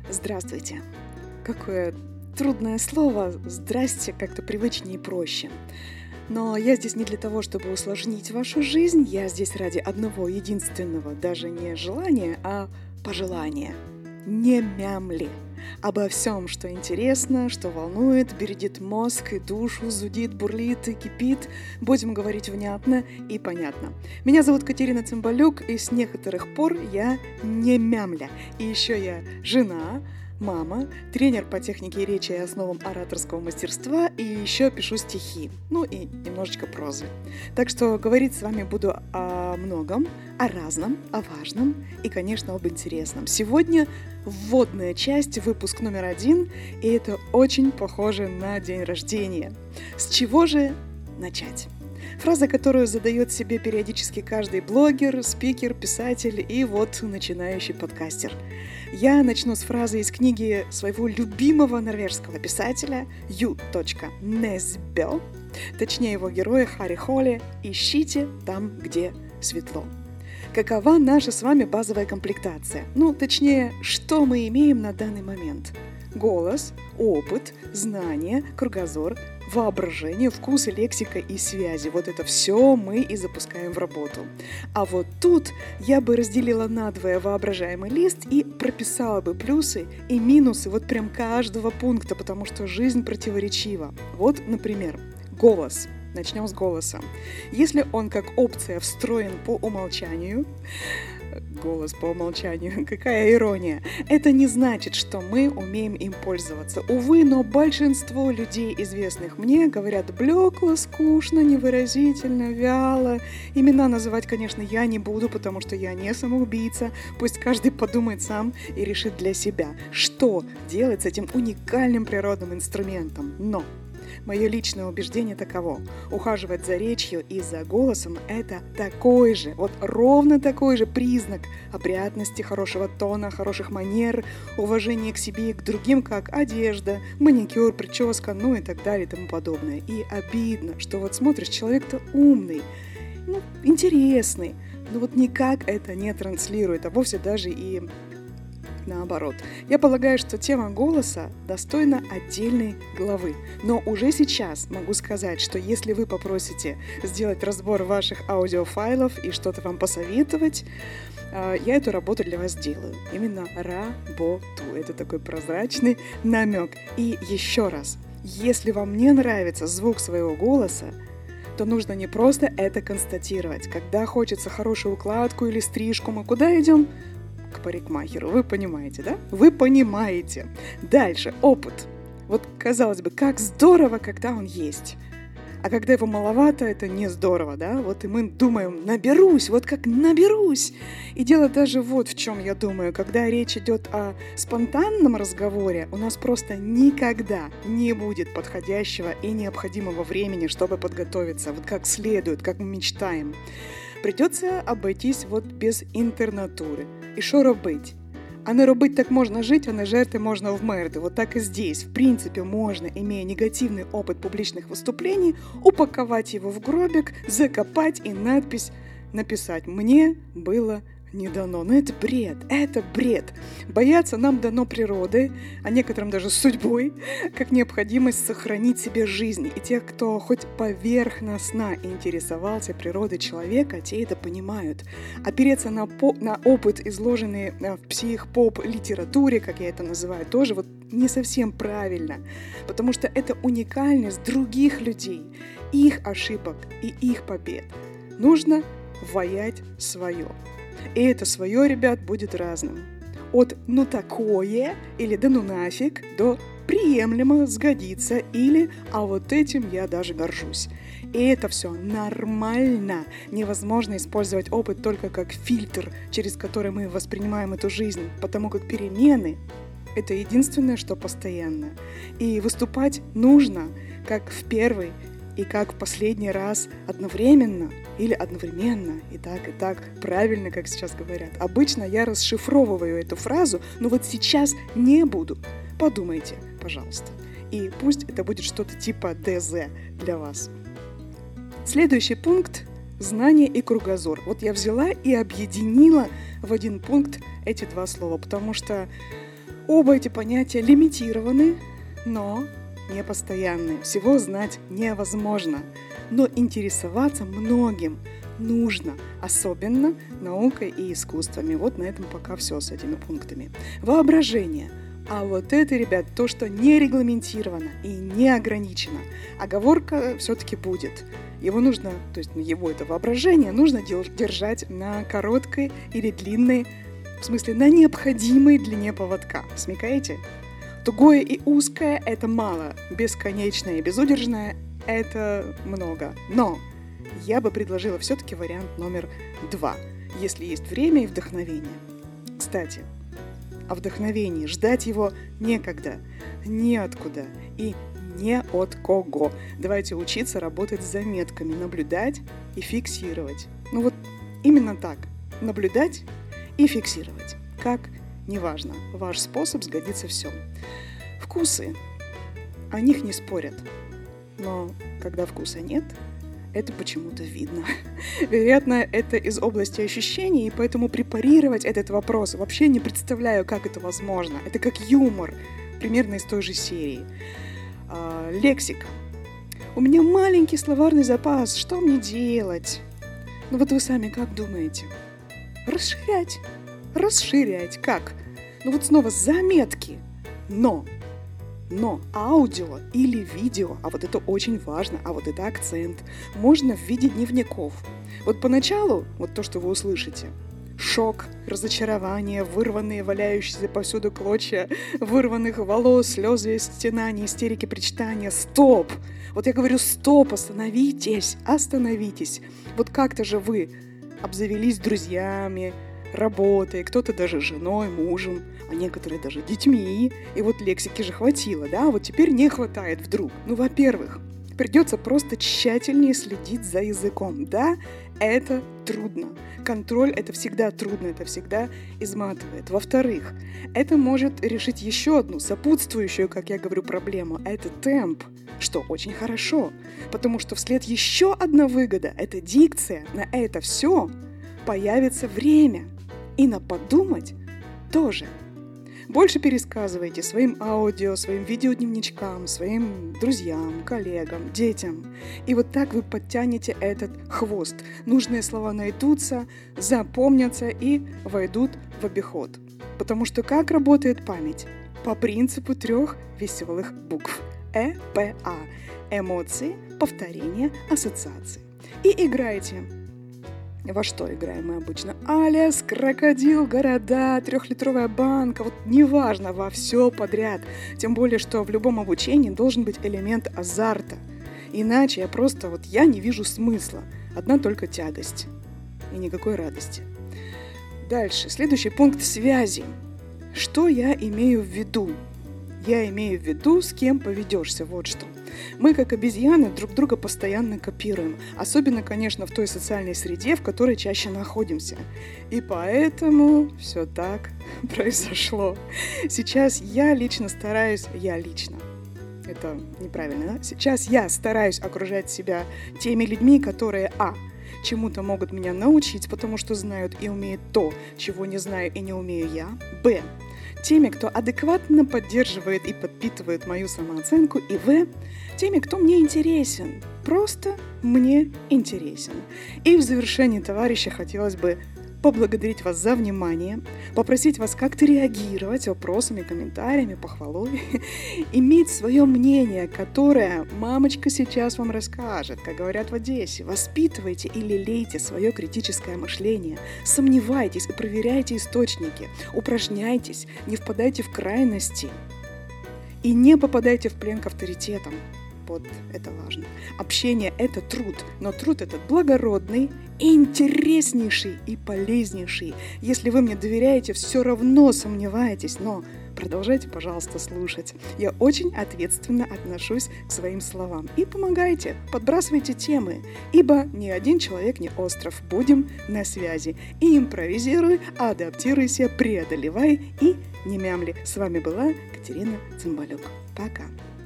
Здравствуйте. Какое трудное слово. Здрасте как-то привычнее и проще. Но я здесь не для того, чтобы усложнить вашу жизнь. Я здесь ради одного единственного, даже не желания, а пожелания. Не мямли. Обо всем, что интересно, что волнует, бередит мозг и душу, зудит, бурлит и кипит. Будем говорить внятно и понятно. Меня зовут Катерина Цымбалюк, и с некоторых пор я не мямля. И еще я жена, мама, тренер по технике речи и основам ораторского мастерства, и еще пишу стихи, ну и немножечко прозы. Так что говорить с вами буду о многом, о разном, о важном и, конечно, об интересном. Сегодня вводная часть, выпуск номер 1, и это очень похоже на день рождения. С чего же начать? Фраза, которую задает себе периодически каждый блогер, спикер, писатель и вот начинающий подкастер. Я начну с фразы из книги своего любимого норвежского писателя Ю. Несбø, точнее его героя Харри Холли «Ищите там, где светло». Какова наша с вами базовая комплектация? Точнее, что мы имеем на данный момент? Голос, опыт, знания, кругозор, воображение, вкус, лексика и связи. Вот это все мы и запускаем в работу. А вот тут я бы разделила надвое воображаемый лист и прописала бы плюсы и минусы вот прям каждого пункта, потому что жизнь противоречива. Вот, например, голос. Начнем с голоса. Если он как опция встроен по умолчанию, голос по умолчанию, какая ирония, это не значит, что мы умеем им пользоваться. Увы, но большинство людей, известных мне, говорят блекло, скучно, невыразительно, вяло. Имена называть, конечно, я не буду, потому что я не самоубийца. Пусть каждый подумает сам и решит для себя, что делать с этим уникальным природным инструментом. Но мое личное убеждение таково. Ухаживать за речью и за голосом – это такой же, вот ровно такой же признак опрятности, хорошего тона, хороших манер, уважения к себе и к другим, как одежда, маникюр, прическа, и так далее и тому подобное. И обидно, что вот смотришь, человек-то умный, интересный, но вот никак это не транслирует, а вовсе даже и наоборот. Я полагаю, что тема голоса достойна отдельной главы. Но уже сейчас могу сказать, что если вы попросите сделать разбор ваших аудиофайлов и что-то вам посоветовать, я эту работу для вас делаю. Именно работу. Это такой прозрачный намек. И еще раз, если вам не нравится звук своего голоса, то нужно не просто это констатировать. Когда хочется хорошую укладку или стрижку, мы куда идем? К парикмахеру. Вы понимаете, да? Вы понимаете. Дальше. Опыт. Вот, казалось бы, как здорово, когда он есть. А когда его маловато, это не здорово, да? Вот и мы думаем, наберусь, вот как наберусь. И дело даже вот в чем, я думаю. Когда речь идет о спонтанном разговоре, у нас просто никогда не будет подходящего и необходимого времени, чтобы подготовиться, вот как следует, как мы мечтаем. Придется обойтись вот без інтернатури. І що робить? А не робить так можно жить, а не жерти можно вмерти. Вот так и здесь. В принципе, можно, имея негативный опыт публичных выступлений, упаковать его в гробик, закопать и надпись написать «Мне было не дано». Но это бред, это бред. Бояться нам дано природой, а некоторым даже судьбой, как необходимость сохранить себе жизнь. И тех, кто хоть поверхностно интересовался природой человека, те это понимают. Опереться на опыт, изложенный в псих-поп-литературе, как я это называю, тоже вот не совсем правильно. Потому что это уникальность других людей, их ошибок и их побед. Нужно ваять свое. И это свое, ребят, будет разным. От «ну такое» или «да ну нафиг» до «приемлемо», «сгодится» или «а вот этим я даже горжусь». И это все нормально. Невозможно использовать опыт только как фильтр, через который мы воспринимаем эту жизнь, потому как перемены – это единственное, что постоянно. И выступать нужно как в первый и как в последний раз одновременно или одновременно, и так, правильно, как сейчас говорят. Обычно я расшифровываю эту фразу, но вот сейчас не буду. Подумайте, пожалуйста. И пусть это будет что-то типа ДЗ для вас. Следующий пункт – знание и кругозор. Вот я взяла и объединила в один пункт эти два слова, потому что Оба эти понятия лимитированы, но не постоянны. Всего знать невозможно. Но интересоваться многим нужно, особенно наукой и искусствами. Вот на этом пока все с этими пунктами. Воображение. А вот это, ребят, то, что не регламентировано и не ограничено. Оговорка все-таки будет. Его нужно, то есть его это воображение, нужно держать на короткой или длинной, в смысле на необходимой длине поводка. Смекаете? Тугое и узкое – это мало, бесконечное и безудержное – это много. Но я бы предложила все-таки вариант номер 2, если есть время и вдохновение. Кстати, о вдохновении ждать его некогда, неоткуда и не от кого. Давайте учиться работать с заметками, наблюдать и фиксировать. Ну вот именно так. Наблюдать и фиксировать. Как? Неважно. Ваш способ сгодится всем. Вкусы. О них не спорят. Но когда вкуса нет, это почему-то видно. Вероятно, это из области ощущений, и поэтому препарировать этот вопрос вообще не представляю, как это возможно. Это как юмор, примерно из той же серии. Лексика. У меня маленький словарный запас, что мне делать? Ну вот вы сами как думаете? Расширять. Расширять. Как? Ну вот снова заметки. Но аудио или видео, а вот это очень важно, а вот это акцент, можно в виде дневников. Вот поначалу, вот то, что вы услышите, шок, разочарование, вырванные, валяющиеся повсюду клочья вырванных волос, слезы, стенания, истерики, причитания. Стоп! Вот я говорю, стоп, остановитесь. Вот как-то же вы обзавелись друзьями, работой, кто-то даже женой, мужем, а некоторые даже детьми. И вот лексики же хватило, да? Вот теперь не хватает вдруг. Ну, во-первых, придется просто тщательнее следить за языком. Да, это трудно. Контроль — это всегда трудно, это всегда изматывает. Во-вторых, это может решить еще одну сопутствующую, как я говорю, проблему. Это темп, что очень хорошо, потому что вслед еще одна выгода — это дикция. На это все появится время. И на подумать тоже. Больше пересказывайте своим аудио, своим видеодневничкам, своим друзьям, коллегам, детям. И вот так вы подтянете этот хвост. Нужные слова найдутся, запомнятся и войдут в обиход. Потому что как работает память? По принципу 3 веселых букв. ЭПА. Эмоции, повторения, ассоциации. И играйте. Во что играем мы обычно? Алис, крокодил, города, 3-литровая банка. Вот неважно, во все подряд. Тем более, что в любом обучении должен быть элемент азарта. Иначе я не вижу смысла. Одна только тягость. И никакой радости. Дальше. Следующий пункт — связи. Что я имею в виду? Я имею в виду, с кем поведешься. Вот что. Мы, как обезьяны, друг друга постоянно копируем. Особенно, конечно, в той социальной среде, в которой чаще находимся. И поэтому все так произошло. Сейчас это неправильно, да? Сейчас я стараюсь окружать себя теми людьми, которые чему-то могут меня научить, потому что знают и умеют то, чего не знаю и не умею я. Теми, кто адекватно поддерживает и подпитывает мою самооценку. И теми, кто мне интересен. Просто мне интересен. И в завершении, товарищи, хотелось бы поблагодарить вас за внимание, попросить вас как-то реагировать вопросами, комментариями, похвалой, иметь свое мнение, которое мамочка сейчас вам расскажет, как говорят в Одессе. Воспитывайте и лелейте свое критическое мышление, сомневайтесь и проверяйте источники, упражняйтесь, не впадайте в крайности и не попадайте в плен к авторитетам. Вот это важно. Общение — это труд, но труд этот благородный, интереснейший и полезнейший. Если вы мне доверяете, все равно сомневаетесь, но продолжайте, пожалуйста, слушать. Я очень ответственно отношусь к своим словам. И помогайте, подбрасывайте темы, ибо ни один человек не остров. Будем на связи. И импровизируй, адаптируйся, преодолевай и не мямли. С вами была Катерина Цымбалюк. Пока.